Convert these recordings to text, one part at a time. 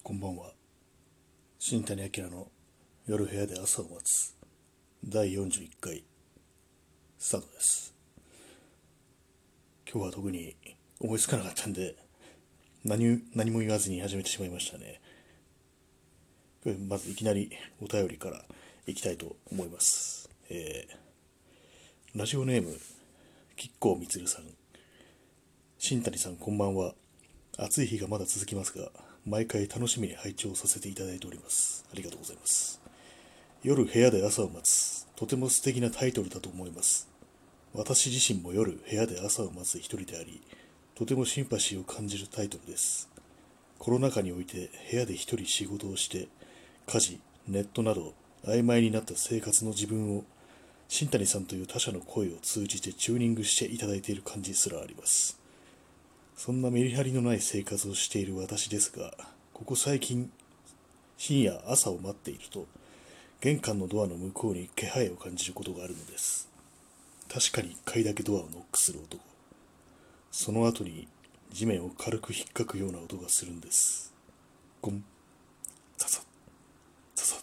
こんばんは。新谷明の夜部屋で朝を待つ第41回スタートです。今日は特に思いつかなかったんで何も言わずに始めてしまいましたね。まずいきなりお便りからいきたいと思います。ラジオネーム吉光みつるさん。新谷さんこんばんは。暑い日がまだ続きますが、毎回楽しみに拝聴させていただいております。ありがとうございます。夜部屋で朝を待つ、とても素敵なタイトルだと思います。私自身も夜部屋で朝を待つ一人であり、とてもシンパシーを感じるタイトルです。コロナ禍において部屋で一人仕事をして、家事、ネットなど曖昧になった生活の自分を新谷さんという他者の声を通じてチューニングしていただいている感じすらあります。そんなメリハリのない生活をしている私ですが、ここ最近、深夜朝を待っていると、玄関のドアの向こうに気配を感じることがあるのです。確かに一回だけドアをノックする男。その後に地面を軽く引っかくような音がするんです。ゴン、ザザッ、ザザッ。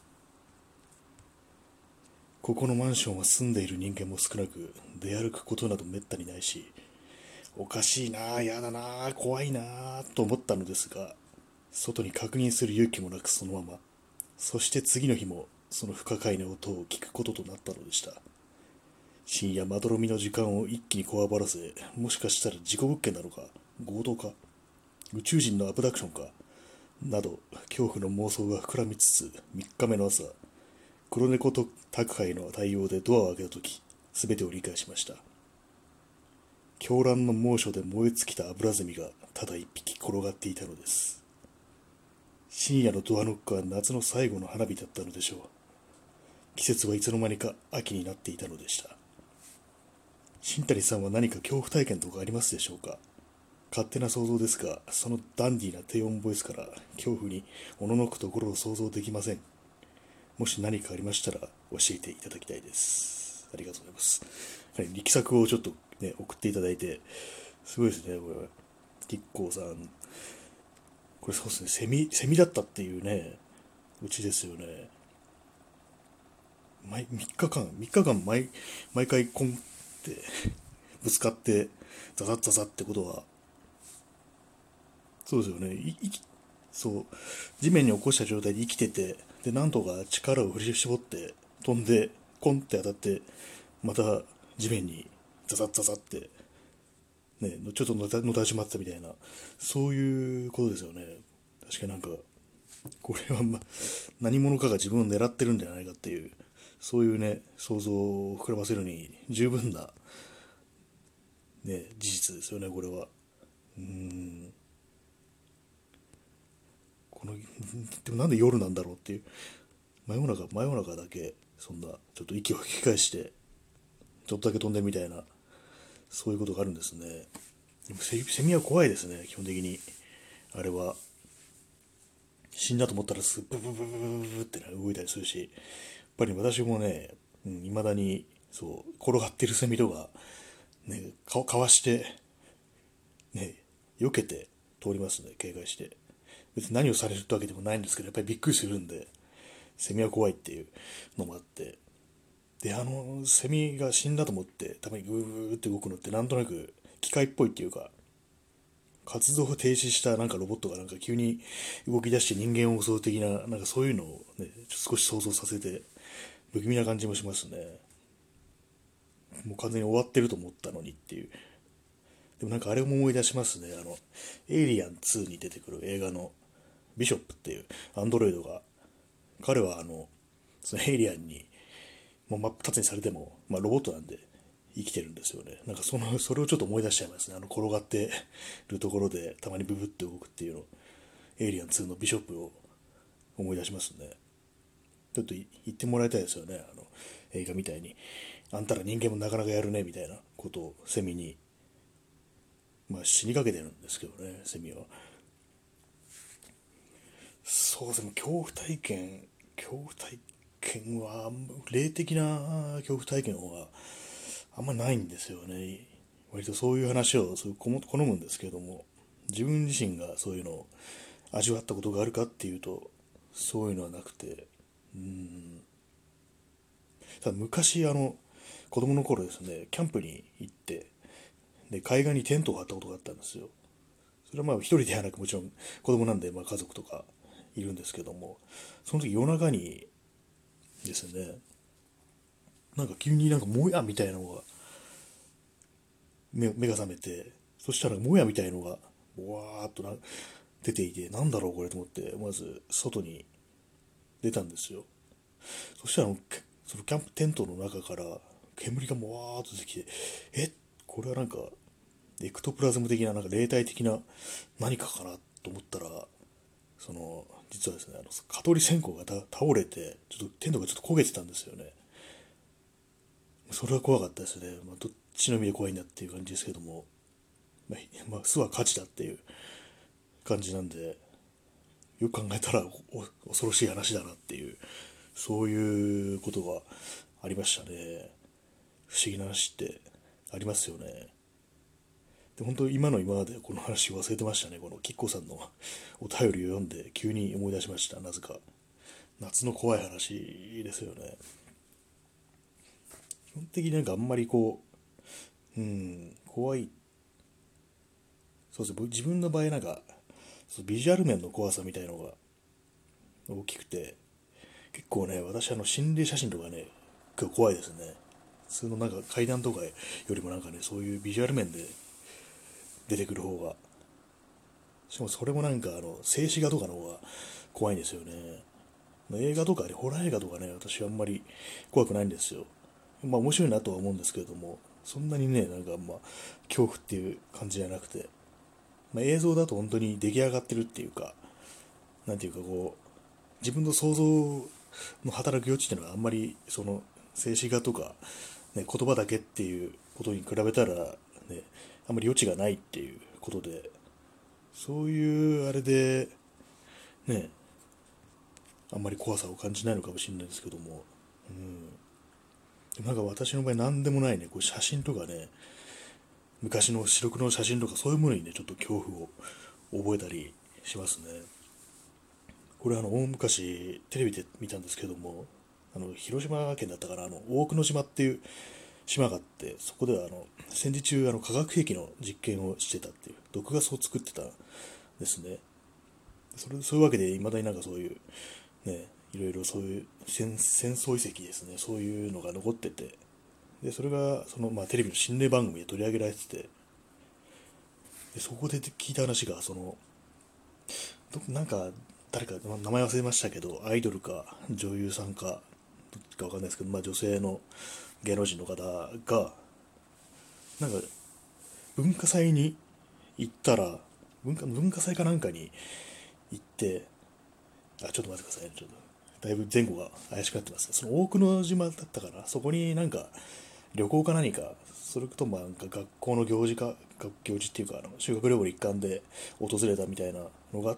ここのマンションは住んでいる人間も少なく、出歩くことなどめったにないし、おかしいなあ、やだなあ、怖いなあ、と思ったのですが、外に確認する勇気もなくそのまま、そして次の日もその不可解な音を聞くこととなったのでした。深夜まどろみの時間を一気にこわばらせ、もしかしたら事故物件なのか、強盗か、宇宙人のアブダクションか、など恐怖の妄想が膨らみつつ、3日目の朝、黒猫と宅配の対応でドアを開けたとき、すべてを理解しました。狂乱の猛暑で燃え尽きたアブラゼミがただ一匹転がっていたのです。深夜のドアノックは夏の最後の花火だったのでしょう。季節はいつの間にか秋になっていたのでした。新谷さんは何か恐怖体験とかありますでしょうか？勝手な想像ですが、そのダンディーな低音ボイスから恐怖におののくところを想像できません。もし何かありましたら教えていただきたいです。ありがとうございます。はい、力作をちょっとね、送っていただいて、すごいですね、これ。吉光さん。これそうですね、セミだったっていうね、うちですよね。3日間毎回コンってぶつかって、ザザッザザッってことは、そうですよね。そう、地面に起こした状態で生きてて、で、なんとか力を振り絞って飛んで、コンって当たって、また地面にザザッザザって、ね、ちょっとのたしまってたみたいな、そういうことですよね。確かになんか、これは何者かが自分を狙ってるんじゃないかっていう、そういうね、想像を膨らませるに十分な、ね、事実ですよね、これは。うーん、この、でもなんで夜なんだろうっていう、真夜中だけ、そんな、ちょっと息を吹き返して、ちょっとだけ飛んでみたいな、そういうことがあるんですね。でもセミは怖いですね、基本的に。あれは、死んだと思ったらブブブブブブブって、ね、動いたりするし、やっぱり私もね、未だに、そう、転がってるセミとか、ね、かわして、ね、避けて通りますね、警戒して。別に何をされるってわけでもないんですけど、やっぱりびっくりするんで、セミは怖いっていうのもあって、で、セミが死んだと思って、たまにグーグーって動くのってなんとなく機械っぽいっていうか、活動を停止したなんかロボットがなんか急に動き出して人間を襲う的な、なんかそういうのをね、少し想像させて、不気味な感じもしますね。もう完全に終わってると思ったのにっていう。でもなんかあれも思い出しますね。エイリアン2に出てくる映画のビショップっていうアンドロイドが、彼はそのエイリアンにもう真っ二つにされても、まあ、ロボットなんで生きてるんですよね。なんかそれをちょっと思い出しちゃいますね。転がってるところでたまにブブって動くっていうの、エイリアン2のビショップを思い出しますね。ちょっと言ってもらいたいですよね。映画みたいに。あんたら人間もなかなかやるね、みたいなことをセミに、まあ死にかけてるんですけどね、セミは。そうですね、恐怖体験は、霊的な恐怖体験はあんまりないんですよね。割とそういう話を好むんですけれども、自分自身がそういうのを味わったことがあるかっていうとそういうのはなくて、ただ昔子供の頃ですね、キャンプに行って、で海岸にテントを張ったことがあったんですよ。それはまあ一人ではなく、もちろん子供なんで、まあ、家族とかいるんですけども、その時夜中にですね、なんか急になんかもやみたいなのが目が覚めて、そしたらもやみたいのがわーっと出ていて、なんだろうこれと思って、まず外に出たんですよ。そしたらそのキャンプテントの中から煙がもわーっと出てきて、これはなんかエクトプラズム的な、なんか霊体的な何かかなと思ったら、実はですね、蚊取り線香が倒れて、ちょっとテントがちょっと焦げてたんですよね。それは怖かったですね。まあ、どっちの意味で怖いんだっていう感じですけども、巣は火事だっていう感じなんで、よく考えたら恐ろしい話だなっていう、そういうことがありましたね。不思議な話ってありますよね。で、本当今の今までこの話忘れてましたね。このキッコーさんのお便りを読んで急に思い出しました。なぜか。夏の怖い話ですよね。基本的になんかあんまり怖い。そうですね。自分の場合なんか、ビジュアル面の怖さみたいのが大きくて、結構ね、私心霊写真とかね、結構怖いですね。普通のなんか階段とかよりもなんかね、そういうビジュアル面で出てくる方が、しかもそれもなんか静止画とかの方が怖いんですよね。映画とかね、ホラー映画とかね、私はあんまり怖くないんですよ。まあ面白いなとは思うんですけれども、そんなにね、なんか恐怖っていう感じじゃなくて、映像だと本当に出来上がってるっていうか、なんていうか自分の想像の働く余地っていうのはあんまり静止画とか、ね、言葉だけっていうことに比べたら、ね、あんまり余地がないっていうことで、そういうあれで、ね、あんまり怖さを感じないのかもしれないですけども、なんか私の場合何でもないね、写真とかね、昔の白黒の写真とかそういうものにね、ちょっと恐怖を覚えたりしますね。これ大昔テレビで見たんですけども、広島県だったかな、大久野島っていう島があって、そこでは戦時中化学兵器の実験をしてたっていう、毒ガスを作ってたんですね。そういうわけで、いまだになんかそういう、ね、いろいろそういう戦争遺跡ですね、そういうのが残ってて、でそれがテレビの心霊番組で取り上げられてて、でそこで聞いた話がなんか誰か名前忘れましたけど、アイドルか女優さんかどっちかわかんないですけど、女性の芸能人の方がなんか文化祭に行ったら、文化祭かなんかに行って、ちょっと待ってくださいね、ちょっとだいぶ前後が怪しくなってますね。その大久野島だったかな、そこになんか旅行か何か、それともなんか学校の行事っていうか修学旅行の一環で訪れたみたいなのがあって、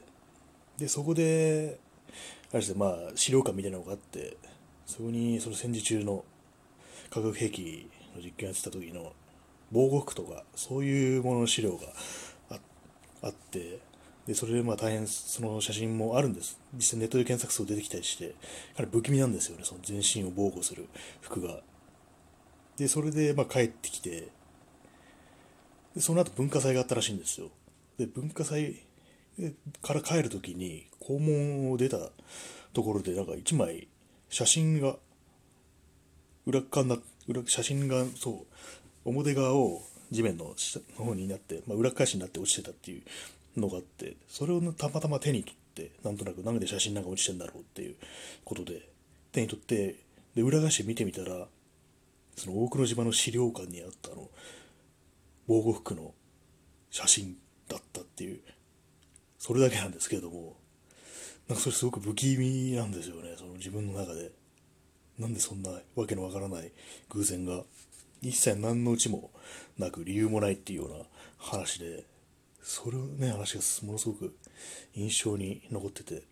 でそこであれですね、資料館みたいなのがあって、そこにその戦時中の化学兵器の実験やってた時の防護服とかそういうものの資料があって、でそれで大変その写真もあるんです。実際ネットで検索すると出てきたりして、かなり不気味なんですよね、その全身を防護する服が。でそれで帰ってきて、でその後文化祭があったらしいんですよ。で文化祭から帰るときに校門を出たところでなんか一枚写真が裏側な写真が表側を地面の方になって、裏返しになって落ちてたっていうのがあって、それをたまたま手に取って、なんとなくなんで写真なんか落ちてんだろうっていうことで手に取って、で裏返して見てみたら、その大久野島の資料館にあった防護服の写真だったっていう、それだけなんですけれども、なんかそれすごく不気味なんですよね、その自分の中で。なんでそんなわけのわからない偶然が、一切何のうちもなく理由もないっていうような話で、それをね、話がものすごく印象に残ってて、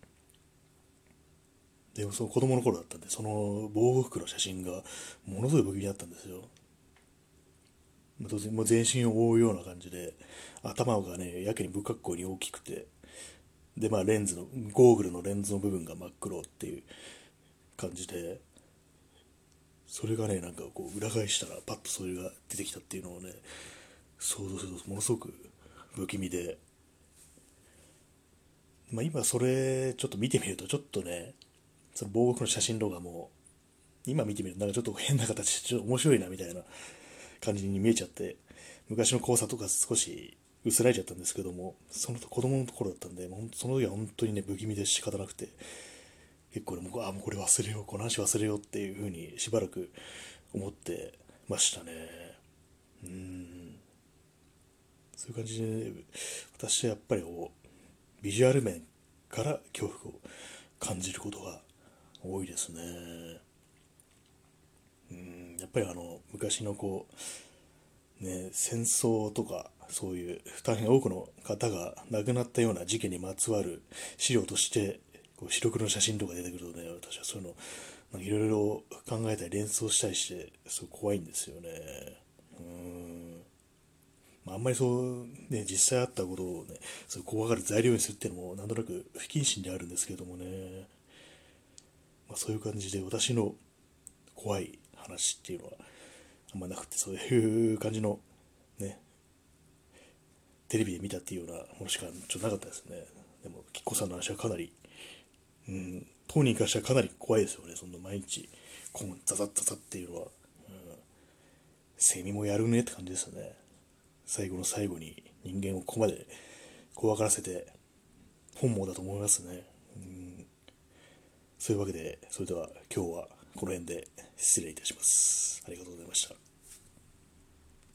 でもその子供の頃だったんで、その防護服の写真がものすごい不気味だったんですよ。当然もう全身を覆うような感じで、頭がねやけに不格好に大きくて、 でまあレンズのゴーグルのレンズの部分が真っ黒っていう感じで、それがねなんかこう裏返したらパッとそれが出てきたっていうのをね想像するとものすごく不気味で、まあ、今それちょっと見てみるとちょっとね、その防護服の写真動画も今見てみるとなんかちょっと変な形でちょっと面白いなみたいな感じに見えちゃって、昔の考察とか少し薄らいちゃったんですけども、その子供のところだったんで、その時は本当にね不気味で仕方なくて、結構ねもうこれ忘れよう、この話忘れようっていう風にしばらく思ってましたね。うん、そういう感じで私はやっぱりこうビジュアル面から恐怖を感じることが多いですね。やっぱり昔のこうね戦争とかそういう大変多くの方が亡くなったような事件にまつわる資料としてこう白黒の写真とか出てくるとね、私はそういうのいろいろ考えたり連想したりしてすごい怖いんですよね。まあ、あんまりそうね実際あったことをねそう怖がる材料にするっていうのもなんとなく不謹慎であるんですけどもね、まあ、そういう感じで私の怖い話っていうのはあんまなくて、そういう感じのねテレビで見たっていうようなものしかちょっとなかったですね。でもきっこさんの話はかなり、当人からしたらかなり怖いですよね。そんな毎日こうザザッザザッっていうのは、セミもやるねって感じですよね。最後の最後に人間をここまで怖がらせて本望だと思いますね。そういうわけで、それでは今日はこの辺で失礼いたします。ありがとうございました。